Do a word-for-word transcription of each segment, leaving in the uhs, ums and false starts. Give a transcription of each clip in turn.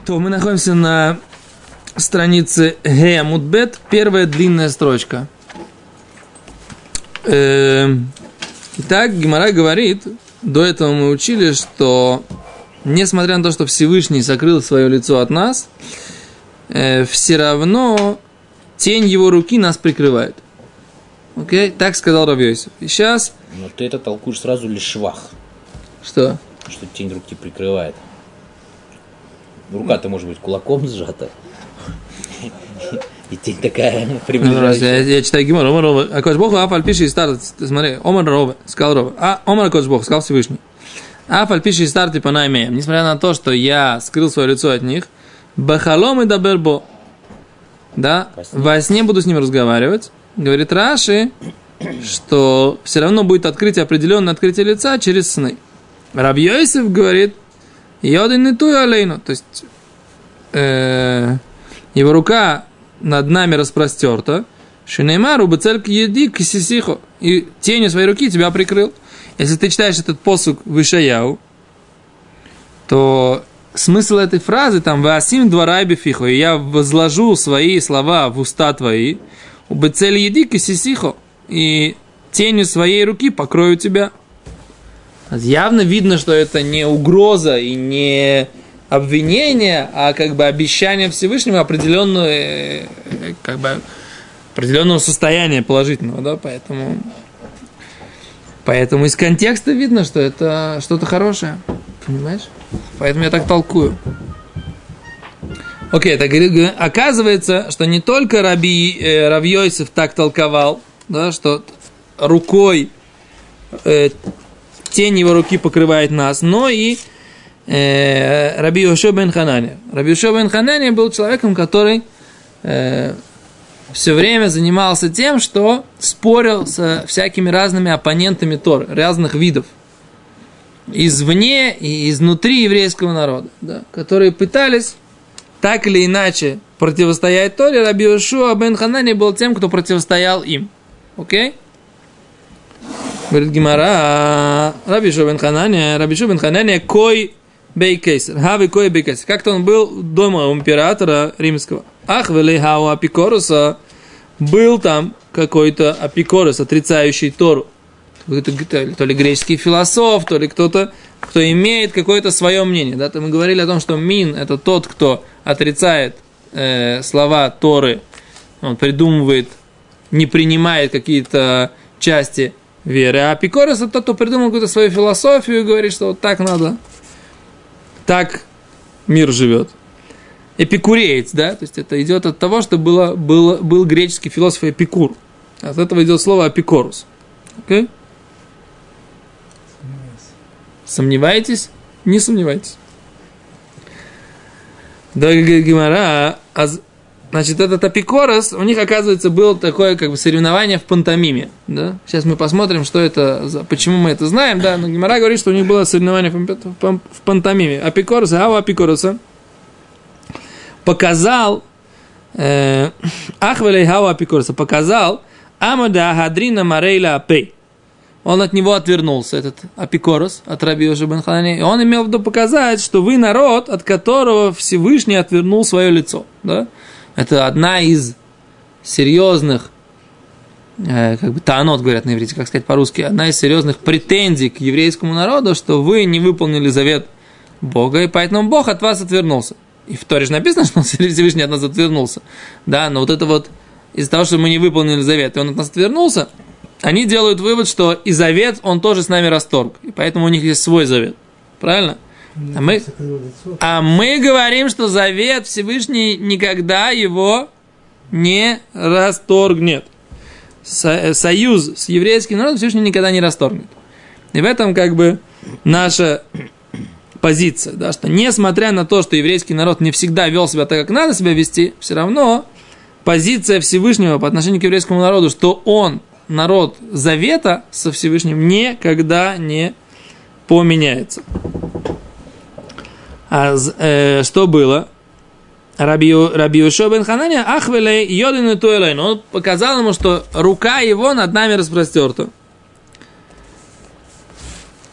То мы находимся на странице Ге Амуд Бет, первая длинная строчка. Итак, Гемара говорит, до этого мы учили, что несмотря на то, что Всевышний сокрыл свое лицо от нас, все равно тень его руки нас прикрывает. Окей? Так сказал Рав Йосеф. И сейчас... Но ты это толкуешь сразу лишь швах. Что? Что тень руки прикрывает. Рука-то может быть кулаком сжата. И тень такая приближающая. Я, я читаю Гемор. Омар Рове. Акош Богу, Афаль пиши и старт. Смотри, Омар Рове. Сказал Рове. А Омар Акош Бог, сказал Всевышний. Афаль пиши и старт, типа на имеем. Несмотря на то, что я скрыл свое лицо от них, Бахалом и Дабербо. Да? Во сне буду с ним разговаривать. Говорит Раши, что все равно будет открытие, определенное открытие лица через сны. Рав Йосеф говорит, Йодин и туй алейну. То есть э, его рука над нами распростерта. Шинеймару бецельки еди кисисихо. И тенью своей руки тебя прикрыл. Если ты читаешь этот посук в Ишаяу, то смысл этой фразы там «Ваасим дварай бифихо», и я возложу свои слова в уста твои, «Убецель еди кисисихо», и тенью своей руки покрою тебя. Явно видно, что это не угроза и не обвинение, а как бы обещание Всевышнему определенного, как бы, определенного состояния положительного, да, поэтому, поэтому из контекста видно, что это что-то хорошее, понимаешь? Поэтому я так толкую. Окей, так оказывается, что не только Раби, э, Рав Йосеф так толковал, да, что рукой э, тень его руки покрывает нас, но и э, Раби Йошуа бен Ханания. Раби Йошуа бен Ханания был человеком, который э, все время занимался тем, что спорил со всякими разными оппонентами Торы, разных видов, извне и изнутри еврейского народа, да, которые пытались так или иначе противостоять Торе. Раби Йошуа бен Ханания был тем, кто противостоял им. Окей? Говорит Гемара, Раби Йошуа бен Ханания, Раби Йошуа бен Ханания кой бей кейсер, хави кой бей кейсер. Как-то он был дома у императора римского. Ах, вели хау апикоруса, был там какой-то апикорус, отрицающий Тору. То ли греческий философ, то ли кто-то, кто имеет какое-то свое мнение. Да? То мы говорили о том, что мин – это тот, кто отрицает э, слова Торы, он придумывает, не принимает какие-то части веры. А апикорос – это тот, кто придумал какую-то свою философию и говорит, что вот так надо, так мир живет. Эпикуреец, да, то есть это идет от того, что было, было, был греческий философ Эпикур. От этого идет слово апикорус. Окей? Сомневаетесь? Не сомневайтесь. Дорогая Гемара, а, значит, этот апикорос, у них, оказывается, было такое, как бы, соревнование в пантомиме, да? Сейчас мы посмотрим, что это, почему мы это знаем, да? Но Гемара говорит, что у них было соревнование в пантомиме. Апикорос, а у апикороса показал, ахвелей хау апикороса, показал, амада хадрина марейла апей. Он от него отвернулся, этот апикорос, от Раби Йошуа бен Ханания. И он имел в виду показать, что вы народ, от которого Всевышний отвернул свое лицо. Да? Это одна из серьезных, э, как бы таанот, говорят на иврите, как сказать по-русски, одна из серьезных претензий к еврейскому народу, что вы не выполнили завет Бога, и поэтому Бог от вас отвернулся. И в Торе же написано, что Всевышний от нас отвернулся. Да, но вот это вот из-за того, что мы не выполнили завет, и он от нас отвернулся, они делают вывод, что и завет он тоже с нами расторг. И поэтому у них есть свой завет. Правильно? А мы, а мы говорим, что завет Всевышний никогда его не расторгнет. Со, союз с еврейским народом Всевышний никогда не расторгнет. И в этом как бы наша позиция. Да, что несмотря на то, что еврейский народ не всегда вел себя так, как надо себя вести, все равно позиция Всевышнего по отношению к еврейскому народу, что он народ завета со Всевышним, никогда не поменяется. А э, что было? Раби Йошуа бен Ханания ахвелей йодин и туэлейн. Он показал ему, что рука его над нами распростерта.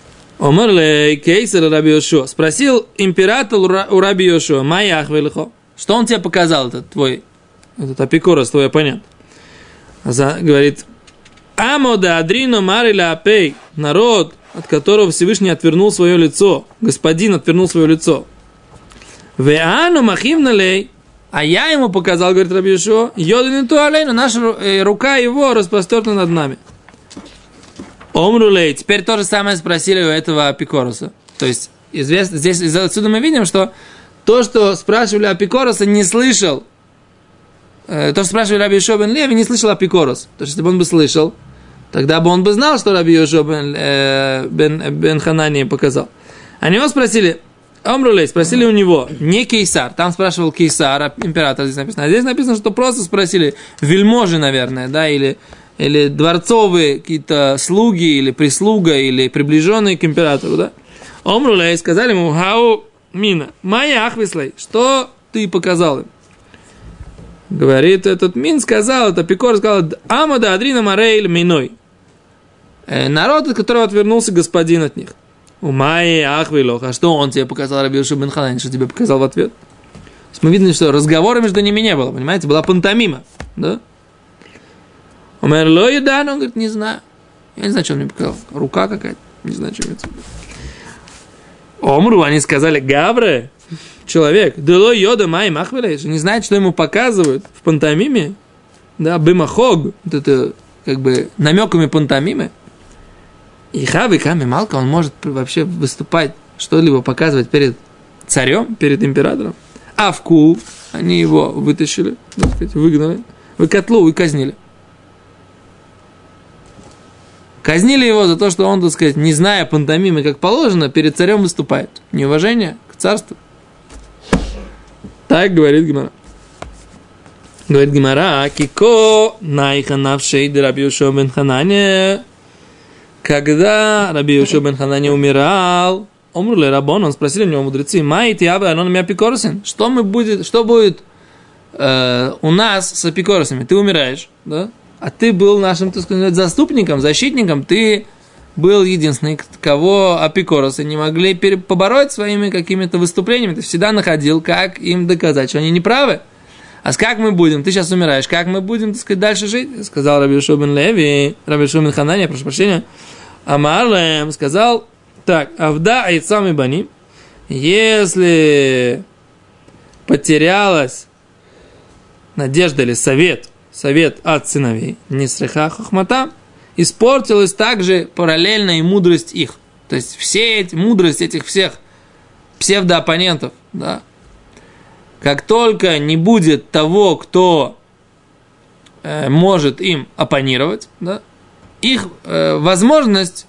Омерлей кейсер Раби Йошуа. Спросил император у Раби Йошуа, Майях велихо. Что он тебе показал, этот твой, этот апикорос, твой оппонент? За, говорит, Амода Адрино Мариля Апей. Народ, от которого Всевышний отвернул свое лицо. Господин отвернул свое лицо. Веану махивналей. А я ему показал, говорит Раби Йошуа, Йодин туалейна, наша рука его распростерта над нами. Омрулей. Теперь то же самое спросили у этого апикороса. То есть, известно, здесь отсюда мы видим, что то, что спрашивали апикороса, не слышал. Э, то, что спрашивали Раби Йошуа бен Леви, не слышал апикорос. То есть, если бы он бы слышал, тогда бы он бы знал, что Раби Йошуа бен, э, бен, бен Ханани показал. А него спросили, Омрулей, спросили у него, не кейсар. Там спрашивал кейсар, император здесь написано. А здесь написано, что просто спросили вельможи, наверное, да, или... или дворцовые какие-то слуги, или прислуга, или приближенные к императору, да? Омрулей, сказали ему, хау мина, моя ахвислей, что ты показал им? Говорит, этот мин сказал, это Пикор сказал, амада адрина марейль миной. Народ, от которого отвернулся господин от них. У Майи ахвилох, а что он тебе показал, Раби Йошуа бен Ханани, что тебе показал в ответ? То есть мы видим, что разговора между ними не было, понимаете, была пантомима, да? Умерло едан, он говорит, не знаю. Я не знаю, что он мне показал. Рука какая-то. Не знаю, что это. Омру, они сказали, Гавре, человек, дело йода май махвелей, что не знает, что ему показывают в пантомиме. Да, бымахог, вот это как бы намеками пантомимы. И хави ками малка, он может вообще выступать, что-либо показывать перед царем, перед императором. А в ку они его вытащили, так сказать, выгнали, в котлу и казнили. Казнили его за то, что он, так сказать, не зная пантомимы, как положено, перед царем выступает. Неуважение к царству. Так говорит Гемара. Говорит Гемара, кико найха навшейд Раби Йошуа бен Ханани. Когда Раби Йошуа бен Ханани умирал, омруле рабон, он спросили у него мудрецы, майти аве анон ми апикоросин, что мы будет, что будет э, у нас с апикоросами? Ты умираешь, да? А ты был нашим, так сказать, заступником, защитником, ты был единственный, кого апикоросы не могли побороть своими какими-то выступлениями. Ты всегда находил, как им доказать, что они неправы. А как мы будем? Ты сейчас умираешь, как мы будем, так сказать, дальше жить? Сказал Раби Йошуа бен Леви, Раби Йошуа бен Ханани, прошу прощения, Амарлем сказал, так, Авда айцам и бани, если потерялась надежда или совет, совет от сыновей, не среха хохмата, испортилась также параллельно и мудрость их. То есть все эти, мудрость этих всех псевдооппонентов, да, как только не будет того, кто э, может им оппонировать, да, их э, возможность,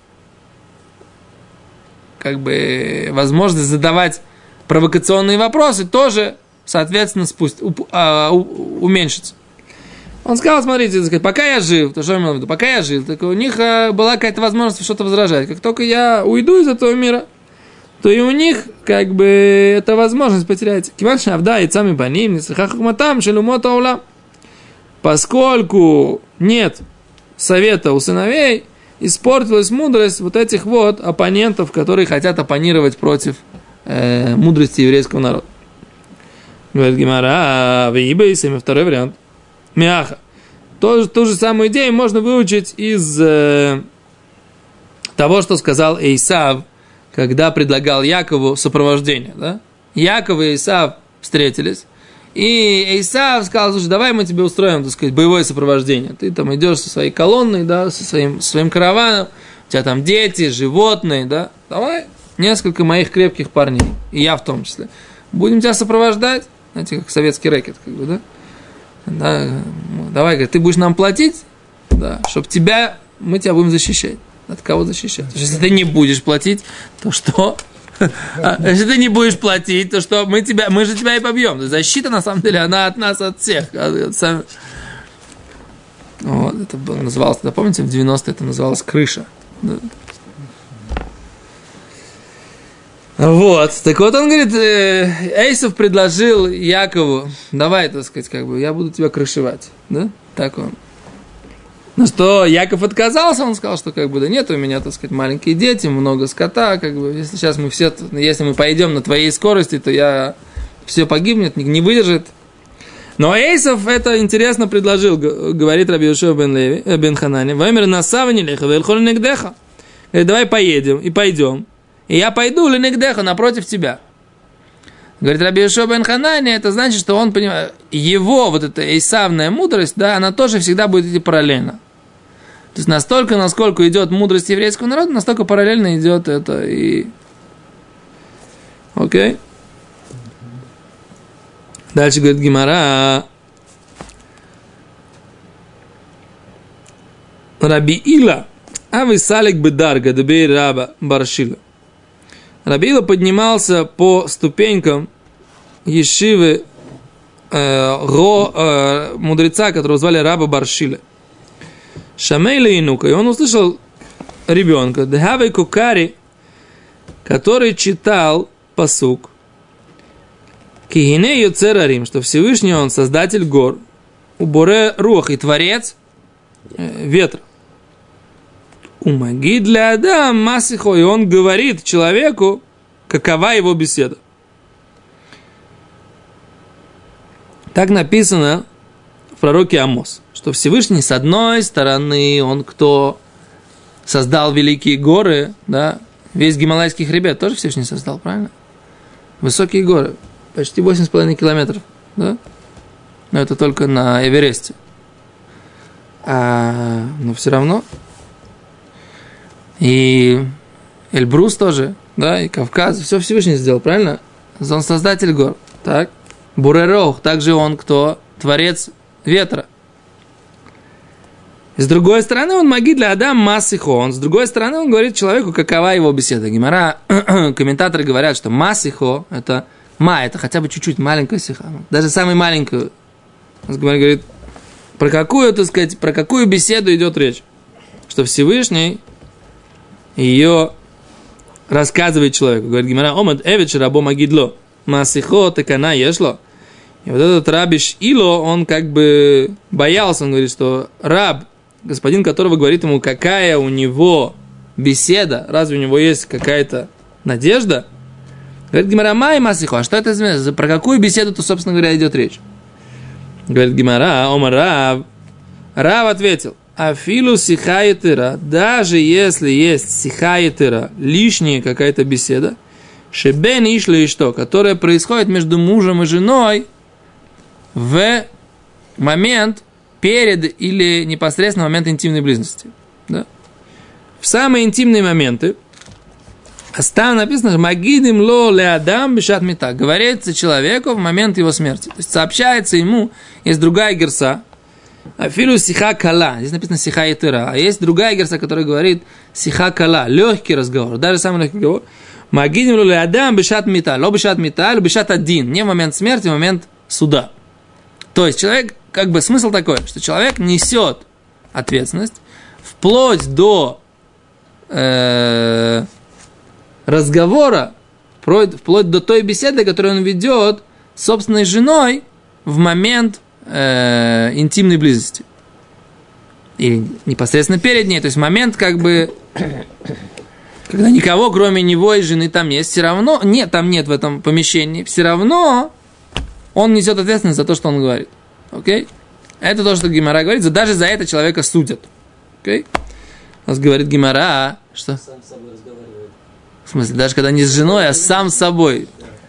как бы, возможность задавать провокационные вопросы тоже, соответственно, спусть, у, а, у, уменьшится. Он сказал, смотрите, так сказать, пока я жив, то что я имел в виду, пока я жив, так у них э, была какая-то возможность что-то возражать. Как только я уйду из этого мира, то и у них, как бы, эта возможность потеряется. Киванша авда и цами баним, несахахматам, шелумота ула. Поскольку нет совета у сыновей, испортилась мудрость вот этих вот оппонентов, которые хотят оппонировать против э, мудрости еврейского народа. Говорит Гемара, в Ибейсе, второй вариант. Мяха. Ту, ту же самую идею можно выучить из э, того, что сказал Эйсав, когда предлагал Якову сопровождение. Да? Яков и Эйсав встретились, и Эйсав сказал, слушай, давай мы тебе устроим, так сказать, боевое сопровождение. Ты там идешь со своей колонной, да, со своим, со своим караваном, у тебя там дети, животные, да, давай несколько моих крепких парней, и я в том числе. Будем тебя сопровождать, знаете, как советский рэкет, как бы, да? Да, давай, говорит, ты будешь нам платить, да, чтобы тебя, мы тебя будем защищать. От кого защищать? Потому что если ты не будешь платить, то что? А, если ты не будешь платить, то что? Мы, тебя, мы же тебя и побьем. Защита, на самом деле, она от нас, от всех. Вот, это было, называлось, да, помните, в девяностые это называлось крыша. Да. Вот, так вот он говорит, Эйсов предложил Якову, давай, так сказать, как бы, я буду тебя крышевать, да, так он. На что Яков отказался, он сказал, что как бы да нет, у меня, так сказать, маленькие дети, много скота, как бы, если сейчас мы все, если мы пойдем на твоей скорости, то я все погибнет, не выдержит. Но Эйсов это интересно предложил, говорит Раби Йошуа бен Леви, бен Ханани, «Вэмер насавани леха вэльхол негдеха». Говорит, давай поедем и пойдем, и я пойду ленегдеха напротив тебя. Говорит Раби Йошуа бен Ханани, это значит, что он понимает, его вот эта эйсавная мудрость, да, она тоже всегда будет идти параллельно. То есть настолько, насколько идет мудрость еврейского народа, настолько параллельно идет это и... Окей. Дальше говорит Гемара. Раби Ила, а вы салик бедарга дебей раба баршила. Раби Ила поднимался по ступенькам ешивы э, ро, э, мудреца, которого звали раба Баршила. Шамейла инука, и он услышал ребенка, Дехавей Кукари, который читал пасук, Кигине Йоцерарим, что Всевышний он создатель гор, Уборе Руах и творец э, ветра. Умаги для Адам Масихо, и он говорит человеку, какова его беседа. Так написано в пророке Амос, что Всевышний с одной стороны, он кто создал великие горы, да, весь Гималайский хребет тоже Всевышний создал, правильно? Высокие горы, почти восемь с половиной километров, да? Но это только на Эвересте. А, но все равно. И Эльбрус тоже, да, и Кавказ, все Всевышний сделал, правильно? Он создатель гор, так? Бурерох, также он кто? Творец ветра. С другой стороны, он маги для Адам Масихо. Он, с другой стороны, он говорит человеку, какова его беседа. Гемара, комментаторы говорят, что Масихо, это ма, это хотя бы чуть-чуть маленькая сиха. Даже самую маленькую. Он говорит, про какую, так сказать, про какую беседу идет речь. Что Всевышний ее рассказывает человеку. Говорит Гемара, омад эвич рабо магидло. Масихо, так она ешло. И вот этот рабиш Ило, он как бы боялся, он говорит, что раб, господин которого говорит ему, какая у него беседа, разве у него есть какая-то надежда? Говорит Гемара, май масихо, а что это за, про какую беседу-то, собственно говоря, идет речь? Говорит Гемара, омар раб, раб ответил, афилу сихаетыра, даже если есть сихаетыра, лишняя какая-то беседа, шебен ишло и что, которая происходит между мужем и женой в момент перед или непосредственно момент интимной близости. Да? В самые интимные моменты там написано «Магидим ло леадам бешат мита». Говорится человеку в момент его смерти. То есть сообщается ему, есть другая герса, афилу сиха кала, здесь написано сиха етыра, а есть другая герса, которая говорит сиха кала, легкий разговор, даже самый легкий разговор. Магидим ло леадам бешат мита, ло бешат мита, ло бешат один, не в момент смерти, в момент суда. То есть человек, как бы смысл такой, что человек несет ответственность вплоть до э, разговора, вплоть до той беседы, которую он ведет с собственной женой в момент э, интимной близости. Или непосредственно перед ней. То есть момент, как бы, когда никого, кроме него и жены, там есть, все равно, нет, там нет в этом помещении, все равно он несет ответственность за то, что он говорит. Окей? Это то, что Гемара говорит. Даже за это человека судят. Окей? У нас говорит Гемара, что? Сам с собой разговаривает. В смысле, даже когда не с женой, а сам с собой.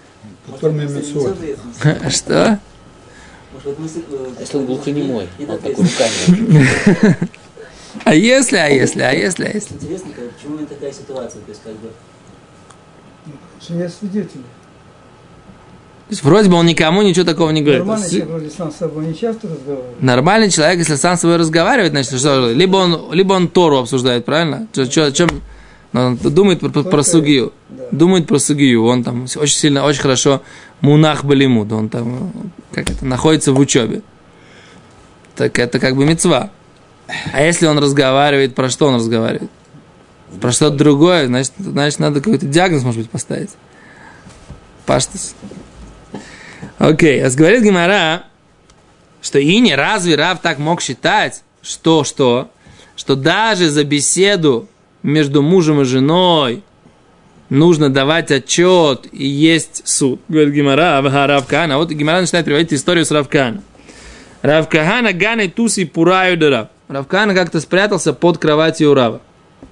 Что? Если он глухонемой, он такой руками. А если, а если, а если, а если? Интересно, почему у меня такая ситуация? То есть, как бы... Что я свидетель. То есть, вроде бы он никому ничего такого не говорит. Нормальный человек вроде сам с собой не часто разговаривает. Нормальный человек, если сам с собой разговаривает, значит, что, либо он, либо он Тору обсуждает, правильно? Что, что, чем, он думает про, про сугию. Да. Думает про сугию. Он там очень сильно, очень хорошо мунах балимуд. Он там, как это, находится в учебе. Так это как бы мицва. А если он разговаривает, про что он разговаривает? Про что-то другое, значит, значит, надо какой-то диагноз, может быть, поставить. Паштус. Окей, а говорит Гемара, что и не разве Рав так мог считать, что, что что даже за беседу между мужем и женой нужно давать отчет и есть суд. Говорит Гемара, Рав Кахана. Вот Гемара начинает приводить историю с Рав Кахана. Рав Кахана ганы туси пураю дырав. Рав Кахана как-то спрятался под кроватью у Рава.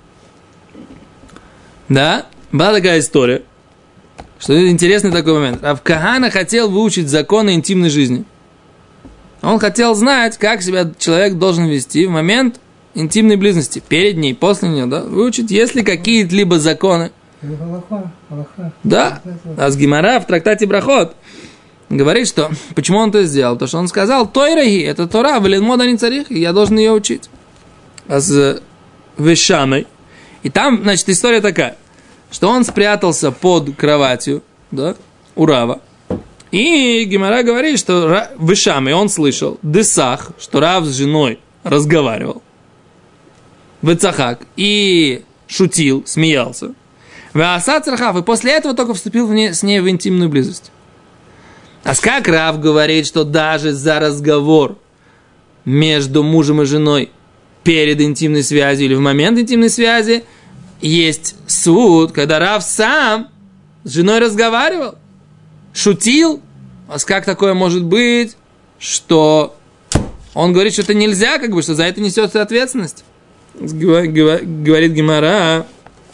Да? Была такая история. Что интересный такой момент. Рав Кахана хотел выучить законы интимной жизни. Он хотел знать, как себя человек должен вести в момент интимной близости. Перед ней, после нее, да? Выучить, есть ли какие-либо законы. Аллаха, Аллаха. Да. А с Гемара в трактате Брахот говорит, что почему он это сделал? Потому что он сказал, Тойраги, это Тора, валинмода не царих, и я должен ее учить. А с Вешамой. И там, значит, история такая, что он спрятался под кроватью, да, у Рава. И Гемара говорит, что Вешамой он слышал Десах, что Рав с женой разговаривал. Вецахак. И шутил, смеялся. И после этого только вступил в не, с ней в интимную близость. А как Рав говорит, что даже за разговор между мужем и женой перед интимной связью или в момент интимной связи есть суд, когда Рав сам с женой разговаривал, шутил. А как такое может быть, что он говорит, что это нельзя, как бы, что за это несется ответственность? Говорит Гемара.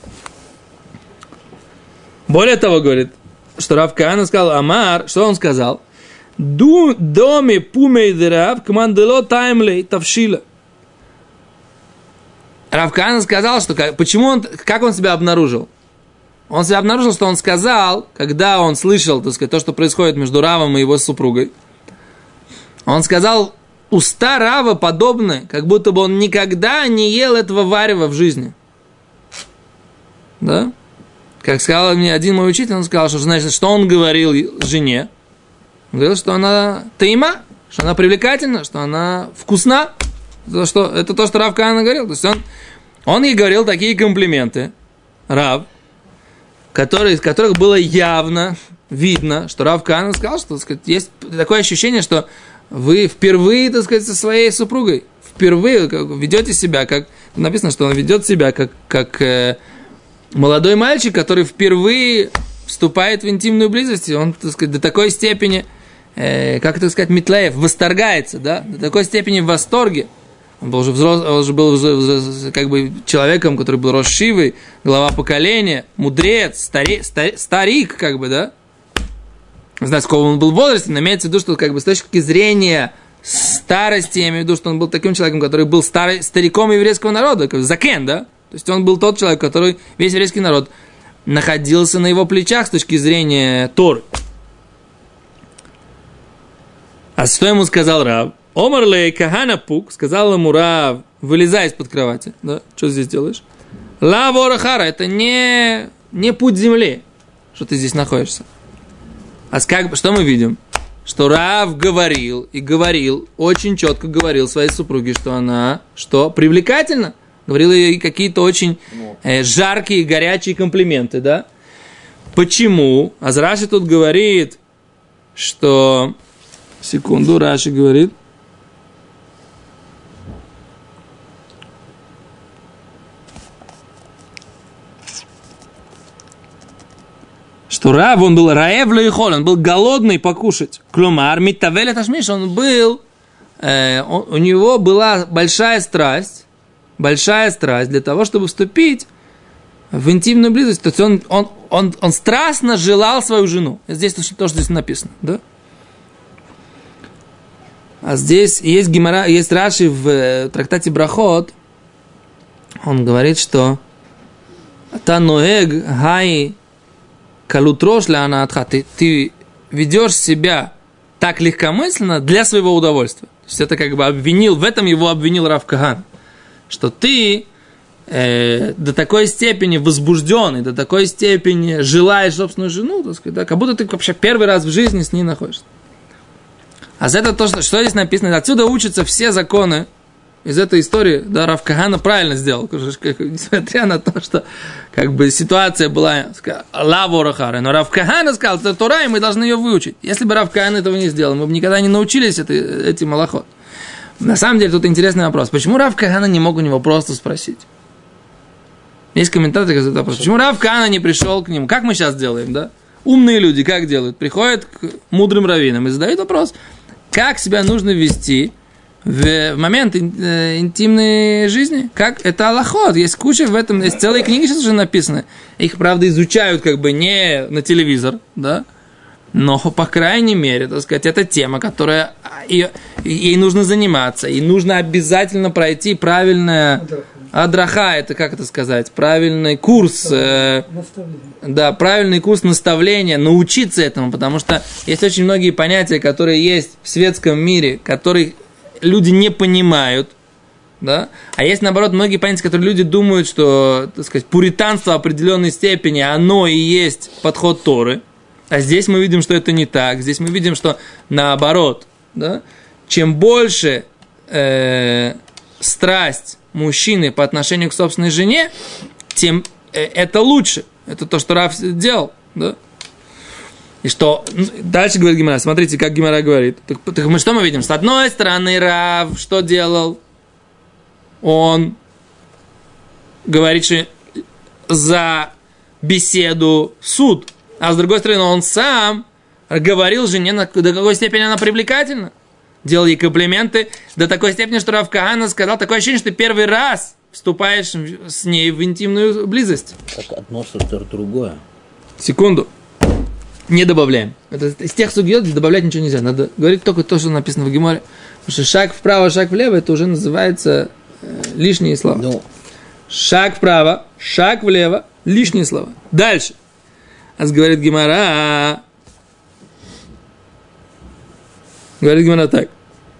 Более того, говорит, что Рав Кахана сказал, Амар, что он сказал? Ду доме пумей драв кмандело таймлей тавшила. Рав Кахана сказал, что почему он, как он себя обнаружил? Он себя обнаружил, что он сказал, когда он слышал, так сказать, то, что происходит между Равом и его супругой. Он сказал, уста Рава подобны, как будто бы он никогда не ел этого варева в жизни. Да? Как сказал мне один мой учитель, он сказал, что, значит, что он говорил жене? Он говорил, что она таима, что она привлекательна, что она вкусна. Это, что, это то, что Рав Кахана говорил. То есть он, он ей говорил такие комплименты, Рав, которые, из которых было явно видно, что Рав Кахана сказал, что, так сказать, есть такое ощущение, что вы впервые, так сказать, со своей супругой, впервые ведете себя, как написано, что он ведет себя как, как э, молодой мальчик, который впервые вступает в интимную близость, он, так сказать, до такой степени, э, как это сказать, Митлеев, восторгается, да, до такой степени в восторге. Он был уже, взрос, он уже был как бы человеком, который был росшивый, глава поколения, мудрец, стари, старик, старик, как бы, да. Не знаю, сколько он был в возрасте, но имеется в виду, что как бы с точки зрения старости, я имею в виду, что он был таким человеком, который был старый, стариком еврейского народа, как закен, да. То есть он был тот человек, который, весь еврейский народ, находился на его плечах с точки зрения Торы. А что ему сказал Рав? Омарлей Кахана Пук, сказал ему Рав, вылезай из-под кровати. Да? Что ты здесь делаешь? Ла Ворахара, это не, не путь земли, что ты здесь находишься. А как, что мы видим? Что Рав говорил и говорил, очень четко говорил своей супруге, что она, что, привлекательна. Говорил ей какие-то очень э, жаркие, горячие комплименты, да? Почему? А Раши тут говорит, что... Секунду, Раши говорит. Что Рав, он был раев лоихол, он был голодный покушать. Клумар, митавель ташмиш, он был, э, он, у него была большая страсть, большая страсть для того, чтобы вступить в интимную близость. То есть он, он, он, он страстно желал свою жену. Здесь то, что здесь написано, да? А здесь есть Гемара, есть Раши в э, трактате Брахот. Он говорит, что Таноэг Гай Калутрошля она отха. Ты, ты ведешь себя так легкомысленно для своего удовольствия. То есть это как бы обвинил, в этом его обвинил Рав Кахана, что ты э, до такой степени возбужденный, до такой степени желаешь собственную жену, так сказать, да, как будто ты вообще первый раз в жизни с ней находишься. А это то, что, что здесь написано, отсюда учатся все законы из этой истории, да, Рав Кахана правильно сделал, несмотря на то, что как бы ситуация была ла ворахара, но Рав Кахана сказал, это Тора, и мы должны ее выучить. Если бы Рав Кахана этого не сделал, мы бы никогда не научились это, этим алахот. На самом деле, тут интересный вопрос. Почему Рав Кахана не мог у него просто спросить? Есть комментаторы, которые задают вопрос. Почему Рав Кахана не пришел к нему? Как мы сейчас делаем, да? Умные люди как делают? Приходят к мудрым раввинам и задают вопрос, как себя нужно вести в момент интимной жизни. Как? Это алахот. Есть куча в этом, есть целые книги сейчас уже написаны. Их, правда, изучают как бы не на телевизор, да? Но, по крайней мере, так сказать, это тема, которая ей, ей нужно заниматься. И нужно обязательно пройти правильное... Адраха, это как это сказать? Правильный курс. Э, да, правильный курс наставления. Научиться этому, потому что есть очень многие понятия, которые есть в светском мире, которые люди не понимают. Да? А есть, наоборот, многие понятия, которые люди думают, что, так сказать, пуританство в определенной степени, оно и есть подход Торы. А здесь мы видим, что это не так. Здесь мы видим, что наоборот, да? Чем больше э, страсть мужчины по отношению к собственной жене, тем э, это лучше. Это то, что Рав делал. Да? И что дальше говорит Гемара. Смотрите, как Гемара говорит. Так, так мы что мы видим? С одной стороны, Рав что делал? Он говорит, что за беседу суд. А с другой стороны, он сам говорил жене, до какой степени она привлекательна. Делал ей комплименты до такой степени, что Рав Кахана сказал, такое ощущение, что ты первый раз вступаешь с ней в интимную близость. Так одно, что другое. Секунду. Не добавляем. Это из тех сугьот добавлять ничего нельзя. Надо говорить только то, что написано в Геморе. Потому что шаг вправо, шаг влево, это уже называется э, лишние слова. Ну. Шаг вправо, шаг влево, лишние слова. Дальше. А говорит Гемара. Говорит Гемара так.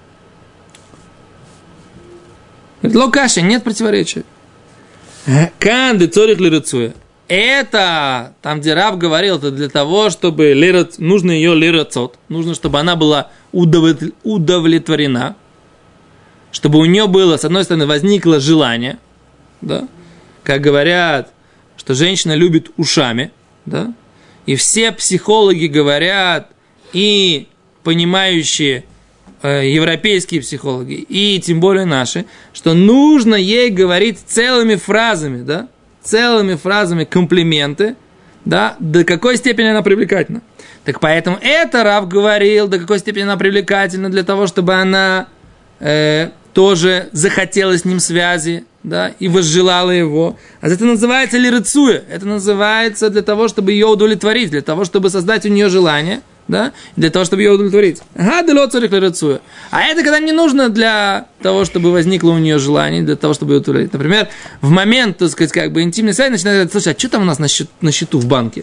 Говорит, локаши, нет противоречия. Канды цорих лирацуя. Это, там, где Рав говорил, это для того, чтобы лират, нужно ее лирацот, нужно, чтобы она была удовлетворена, чтобы у нее было, с одной стороны, возникло желание, да, как говорят, что женщина любит ушами, да, и все психологи говорят, и понимающие э, европейские психологи, и тем более наши, что нужно ей говорить целыми фразами, да, целыми фразами комплименты, да, до какой степени она привлекательна. Так поэтому это Рав говорил, до какой степени она привлекательна, для того, чтобы она э, тоже захотела с ним связи, да, и возжелала его. А это называется лирацуя, это называется для того, чтобы ее удовлетворить, для того, чтобы создать у нее желание, да, для того, чтобы ее удовлетворить. Ага, дело царих лирацуя. А это когда не нужно для того, чтобы возникло у нее желание, для того, чтобы ее удовлетворить. Например, в момент, так сказать, как бы интимной связи начинает говорить, слушай, а что там у нас на счету, на счету в банке?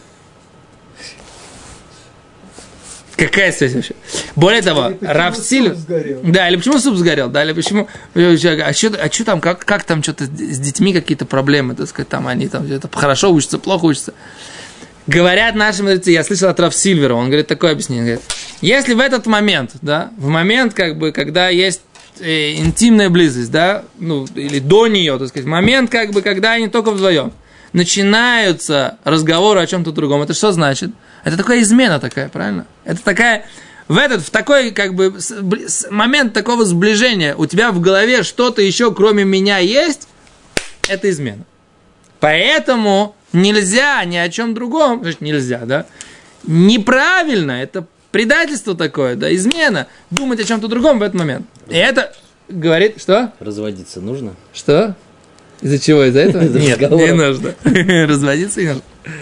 Какая связь вообще? Более того, Рав Сильвер... Да, или почему суп сгорел? Да, или почему... А что, а что там, как, как там что-то с детьми какие-то проблемы, так сказать, там они там где-то хорошо учатся, плохо учатся. Говорят наши мудрецы, я слышал от Рав Сильвера, он говорит такое объяснение, он говорит, если в этот момент, да, в момент, как бы, когда есть э, интимная близость, да, ну, или до нее, так сказать, момент, как бы, когда они только вдвоем, начинаются разговоры о чем-то другом, это что значит? Это такая измена такая, правильно? Это такая, в этот, в такой, как бы, момент такого сближения, у тебя в голове что-то еще, кроме меня, есть, это измена. Поэтому нельзя ни о чем другом, значит, нельзя, да? Неправильно, это предательство такое, да, измена, думать о чем-то другом в этот момент. И это говорит, что? Разводиться нужно? Что? Из-за чего? Из-за этого? Нет, не нужно. Разводиться не нужно.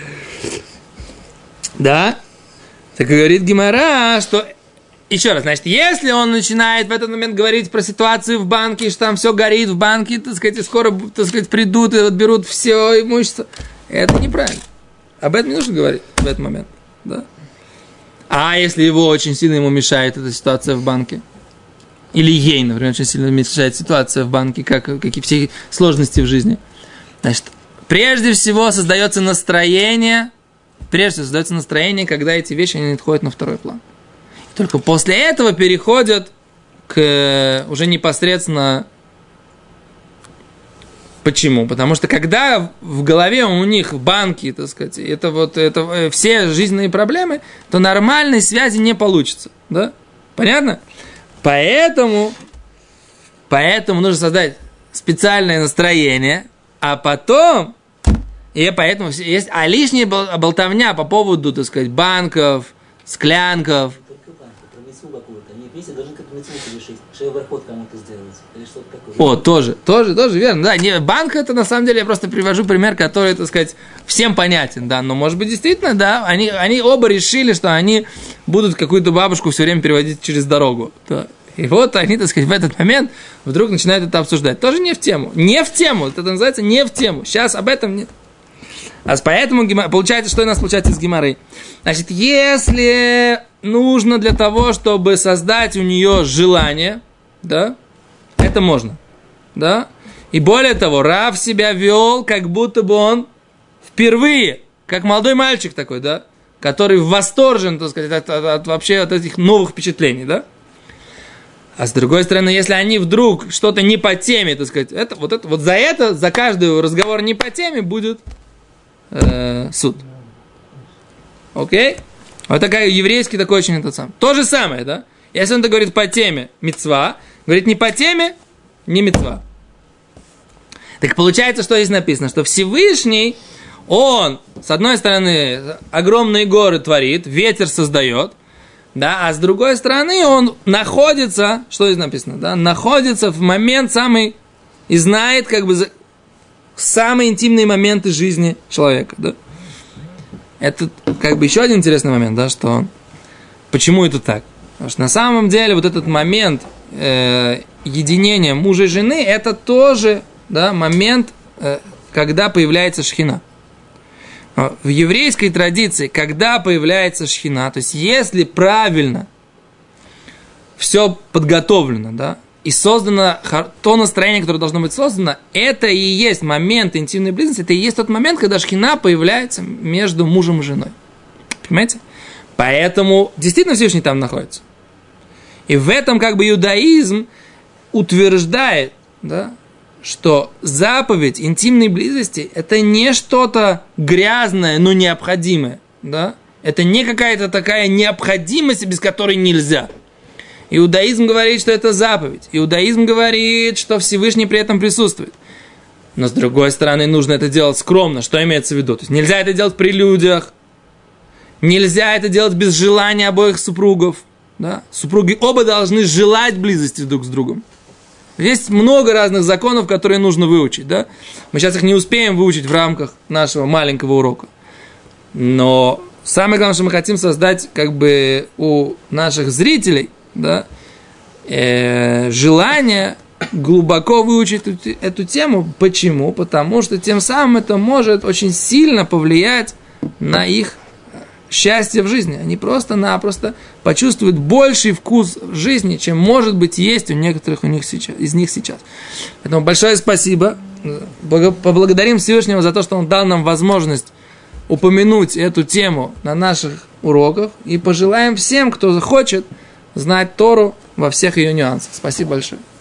Да? Так говорит Гемара, что... Еще раз, значит, если он начинает в этот момент говорить про ситуацию в банке, что там все горит в банке, так сказать, и скоро, так сказать, придут и отберут все имущество, это неправильно. Об этом не нужно говорить в этот момент, да? А если его очень сильно ему мешает эта ситуация в банке? Или ей, например, очень сильно мешает ситуация в банке, как, какие все сложности в жизни? Значит, прежде всего создается настроение, прежде всего создается настроение, когда эти вещи они отходят на второй план. И только после этого переходят к уже непосредственно... Почему? Потому что когда в голове у них в банке, так сказать, это вот это все жизненные проблемы, то нормальной связи не получится, да? Понятно? Поэтому Поэтому нужно создать специальное настроение, а потом, и поэтому есть, а лишняя болтовня по поводу, так сказать, банков, склянков. Только банки, про митцву какую-то. Они вместе должны как митцву совершить, шея-бархот кому-то сделать. Или что-то такое. О, тоже, тоже, тоже верно. Да, не, банк это на самом деле, я просто привожу пример, который, так сказать, всем понятен, да, но может быть действительно, да, они, они оба решили, что они будут какую-то бабушку все время переводить через дорогу. Да. И вот они, так сказать, в этот момент вдруг начинают это обсуждать. Тоже не в тему. Не в тему. Это называется не в тему. Сейчас об этом нет. А поэтому получается, что у нас получается из Гемары. Значит, если нужно для того, чтобы создать у нее желание, да, это можно. Да? И более того, Рав себя вел, как будто бы он впервые, как молодой мальчик такой, да, который восторжен, так сказать, от, от, от вообще от этих новых впечатлений, да. А с другой стороны, если они вдруг что-то не по теме, так сказать, это, вот, это, вот за это, за каждый разговор не по теме будет э, суд. Окей? Вот такая еврейский такой очень этот сам. То же самое, да? Если он это говорит по теме мицва, говорит не по теме, не мицва. Так получается, что здесь написано, что Всевышний, он, с одной стороны, огромные горы творит, ветер создает, да, а с другой стороны он находится, что здесь написано, да, находится в момент самый, и знает как бы самые интимные моменты жизни человека, да. Это как бы еще один интересный момент, да, что он, почему это так? Потому что на самом деле вот этот момент э, единения мужа и жены, это тоже, да, момент, э, когда появляется шхина. В еврейской традиции, когда появляется шхина, то есть если правильно все подготовлено, да, и создано то настроение, которое должно быть создано, это и есть момент интимной близости, это и есть тот момент, когда шхина появляется между мужем и женой. Понимаете? Поэтому действительно Всевышний там находится. И в этом как бы иудаизм утверждает, да, что заповедь интимной близости – это не что-то грязное, но необходимое. Да? Это не какая-то такая необходимость, без которой нельзя. Иудаизм говорит, что это заповедь. Иудаизм говорит, что Всевышний при этом присутствует. Но, с другой стороны, нужно это делать скромно. Что имеется в виду? То есть нельзя это делать при людях. Нельзя это делать без желания обоих супругов. Да? Супруги оба должны желать близости друг с другом. Есть много разных законов, которые нужно выучить, да? Мы сейчас их не успеем выучить в рамках нашего маленького урока. Но самое главное, что мы хотим создать, как бы, у наших зрителей, да, э, желание глубоко выучить эту, эту тему. Почему? Потому что тем самым это может очень сильно повлиять на их счастье в жизни. Они просто-напросто почувствуют больший вкус в жизни, чем, может быть, есть у некоторых у них сейчас, из них сейчас. Поэтому большое спасибо. Поблагодарим Всевышнего за то, что он дал нам возможность упомянуть эту тему на наших уроках. И пожелаем всем, кто захочет, знать Тору во всех ее нюансах. Спасибо большое.